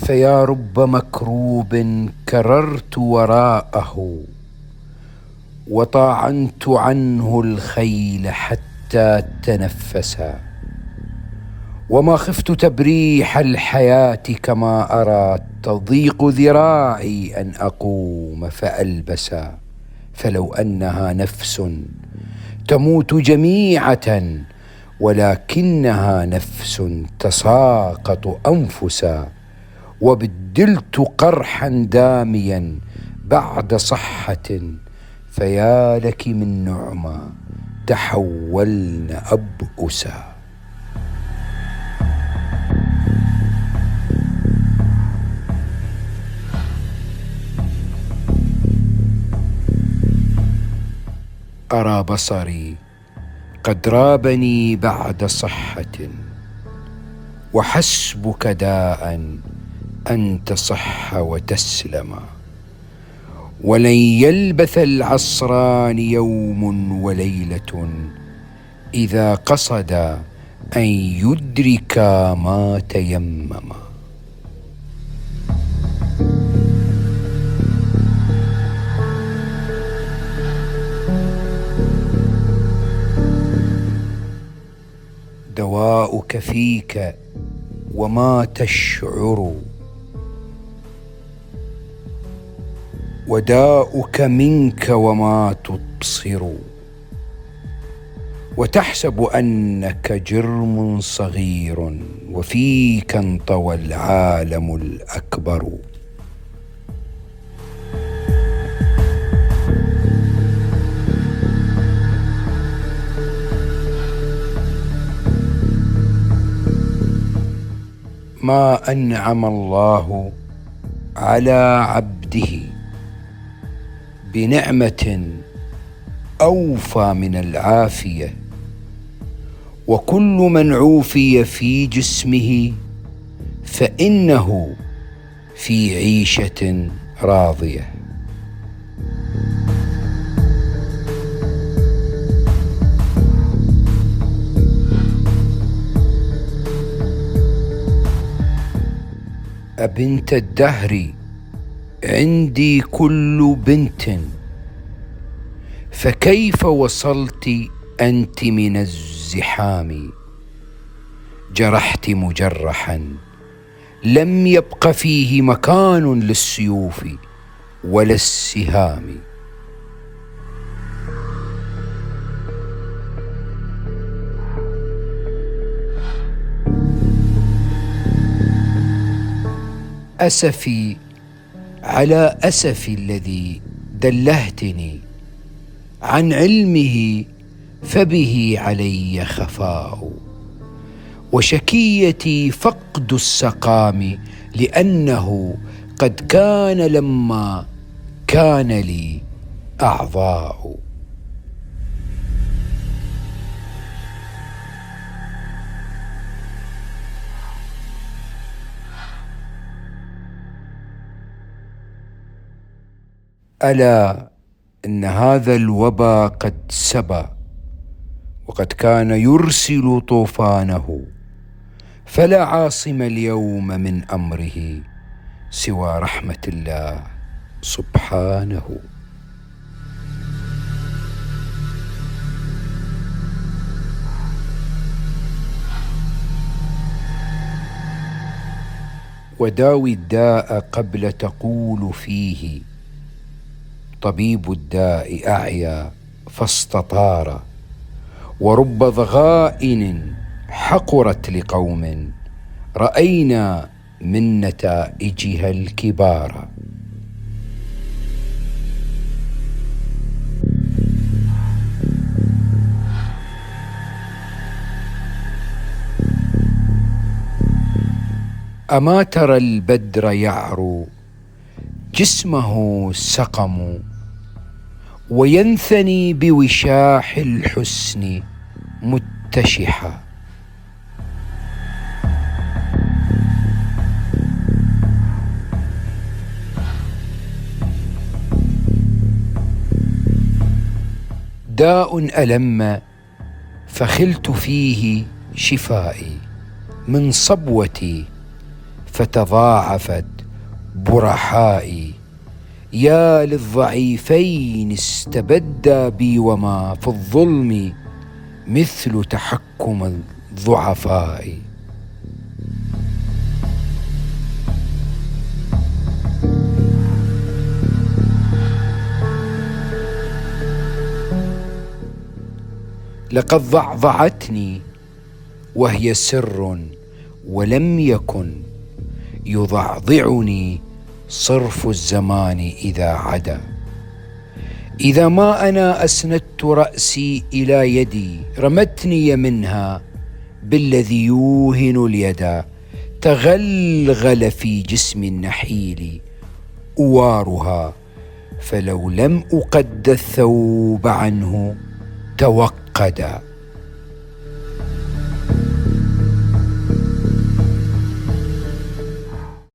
فيا رب مكروب كررت وراءه، وطاعنت عنه الخيل حتى تنفسا، وما خفت تبريح الحياة كما أرى تضيق ذراعي أن أقوم فألبسا. فلو أنها نفس تموت جميعة، ولكنها نفس تساقط أنفسا، وبدلت قرحا داميا بعد صحة، فيا لك من نعمى تحولن أبؤسا. أرى بصري قد رابني بعد صحة، وحسبك داء أن تصح وتسلم، ولن يلبث العصران يوم وليلة إذا قصد أن يدرك ما تيمم. دواؤك فيك وما تشعر، وداؤك منك وما تبصر، وتحسب أنك جرم صغير وفيك انطوى العالم الأكبر. ما أنعم الله على عبده بنعمة أوفى من العافية، وكل من عوفي في جسمه فإنه في عيشة راضية. أبنت الدهر عندي كل بنت، فكيف وصلت أنت من الزحام؟ جرحت مجرحا لم يبق فيه مكان للسيوف ولا السهام. أسفي على أسفي الذي دلهتني عن علمه، فبه علي خفاء، وشكيتي فقد السقام، لأنه قد كان لما كان لي أعضاء. ألا إن هذا الوبا قد سبى، وقد كان يرسل طوفانه، فلا عاصم اليوم من أمره سوى رحمة الله سبحانه. وداوي الداء قبل تقول فيه، طبيب الداء أعيا فاستطار، ورب ضغائن حقرت لقوم رأينا من نتائجها الكبار. أما ترى البدر يعرو جسمه سقم، وينثني بوشاح الحسن متشحا. داء ألم فخلت فيه شفائي من صبوتي، فتضاعفت برحائي. يا للضعيفين استبدى بي، وما في الظلم مثل تحكم الضعفاء. لقد ضعضعتني وهي سر، ولم يكن يضعضعني صرف الزمان إذا عدا. إذا ما أنا أسندت رأسي إلى يدي، رمتني منها بالذي يوهن اليدا. تغلغل في جسم النحيل أوارها، فلو لم أقد الثوب عنه توقدا.